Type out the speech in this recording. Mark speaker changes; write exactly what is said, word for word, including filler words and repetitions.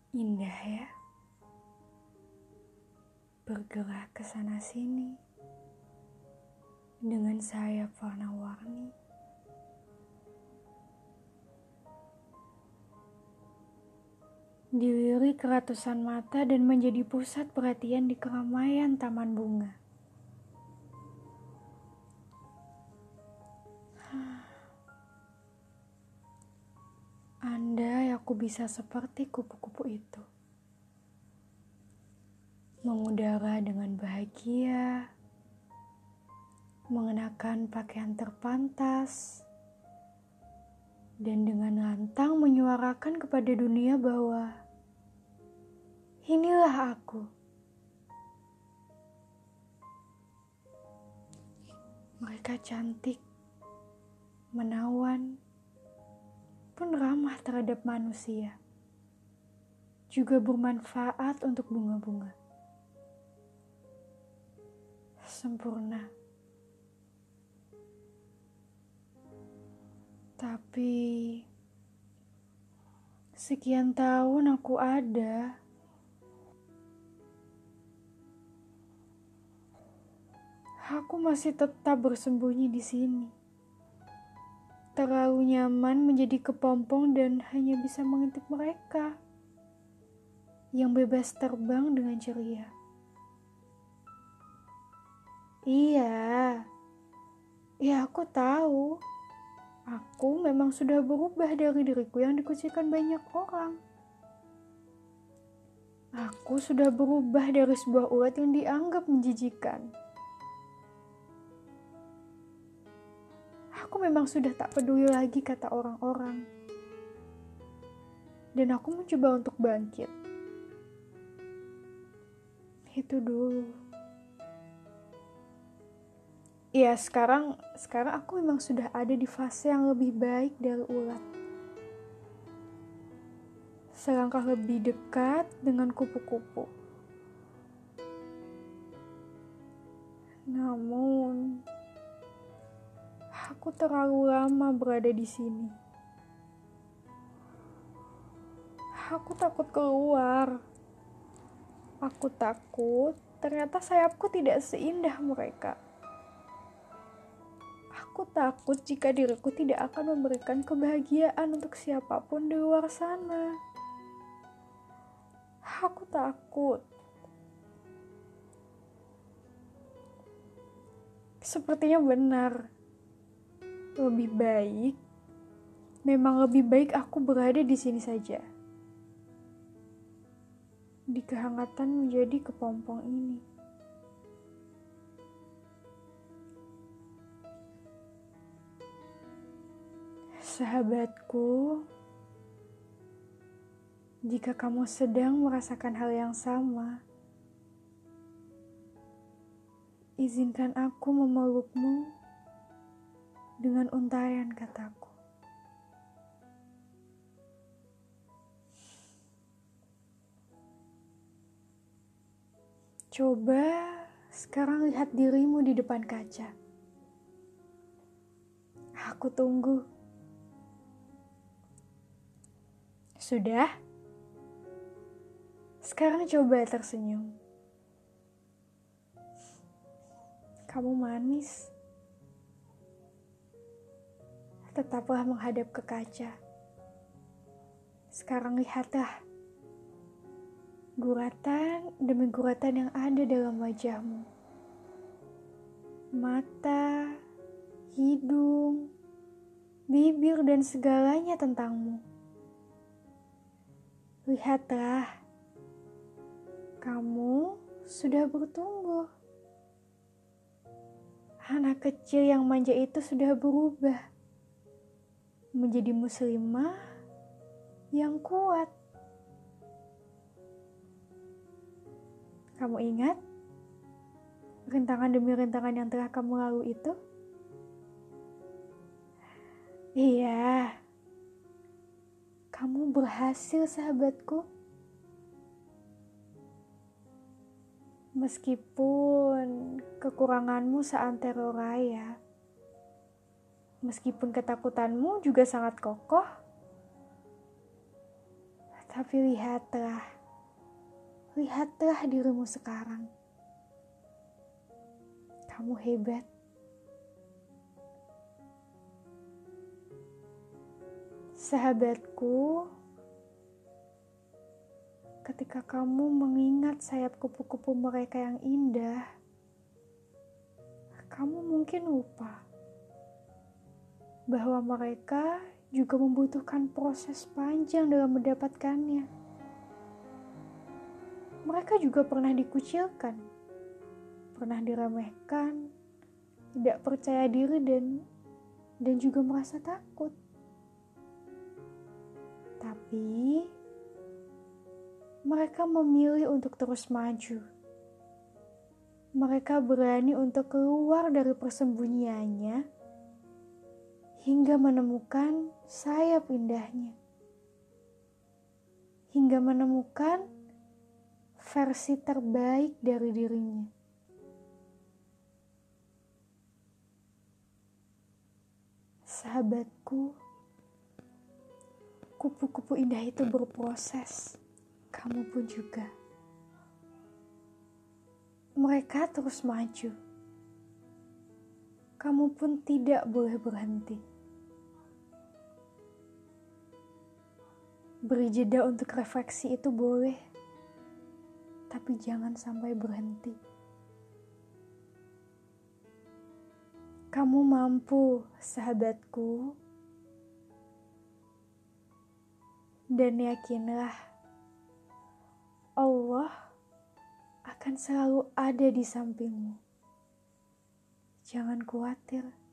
Speaker 1: Indah ya, bergerak ke sana sini dengan sayap warna-warni. Dilirik ratusan mata dan menjadi pusat perhatian di keramaian taman bunga. Andai aku bisa seperti kupu-kupu itu, mengudara dengan bahagia, mengenakan pakaian terpantas, dan dengan lantang menyuarakan kepada dunia bahwa inilah aku. Mereka cantik, menawan, pun ramah terhadap manusia. Juga bermanfaat untuk bunga-bunga. Sempurna. Tapi sekian tahun aku ada. Aku masih tetap bersembunyi di sini. Terlalu nyaman menjadi kepompong dan hanya bisa mengintip mereka yang bebas terbang dengan ceria. Iya, ya aku tahu. Aku memang sudah berubah dari diriku yang dikucilkan banyak orang. Aku sudah berubah dari sebuah ulat yang dianggap menjijikan. Aku memang sudah tak peduli lagi kata orang-orang. Dan aku mencoba untuk bangkit. Itu dulu. Ya sekarang, sekarang aku memang sudah ada di fase yang lebih baik dari ulat. Selangkah lebih dekat dengan kupu-kupu. Namun, aku terlalu lama berada di sini. Aku takut keluar. Aku takut ternyata sayapku tidak seindah mereka. Aku takut jika diriku tidak akan memberikan kebahagiaan untuk siapapun di luar sana. Aku takut. Sepertinya benar. Lebih baik, memang lebih baik aku berada di sini saja. Di kehangatan menjadi kepompong ini. Sahabatku, jika kamu sedang merasakan hal yang sama, izinkan aku memelukmu dengan untayan kataku. Coba sekarang lihat dirimu di depan kaca. Aku tunggu. Sudah? Sekarang coba tersenyum. Kamu manis. Tetaplah menghadap ke kaca. Sekarang lihatlah. Guratan demi guratan yang ada dalam wajahmu. Mata, hidung, bibir dan segalanya tentangmu. Lihatlah. Kamu sudah bertumbuh. Anak kecil yang manja itu sudah berubah menjadi muslimah yang kuat. Kamu ingat rintangan demi rintangan yang telah kamu lalui itu? Iya, kamu berhasil sahabatku. Meskipun kekuranganmu seantero raya, meskipun ketakutanmu juga sangat kokoh, Tapi lihatlah, lihatlah dirimu sekarang. Kamu hebat. Sahabatku, ketika kamu mengingat sayap kupu-kupu mereka yang indah, kamu mungkin lupa bahwa mereka juga membutuhkan proses panjang dalam mendapatkannya. Mereka juga pernah dikucilkan, pernah diremehkan, tidak percaya diri dan dan juga merasa takut. Tapi mereka memilih untuk terus maju. Mereka berani untuk keluar dari persembunyiannya hingga menemukan sayap indahnya. Hingga menemukan versi terbaik dari dirinya. Sahabatku, kupu-kupu indah itu berproses. Kamu pun juga. Mereka terus maju. Kamu pun tidak boleh berhenti. Beri jeda untuk refleksi itu boleh, tapi jangan sampai berhenti. Kamu mampu, sahabatku. Dan yakinlah, Allah akan selalu ada di sampingmu. Jangan khawatir.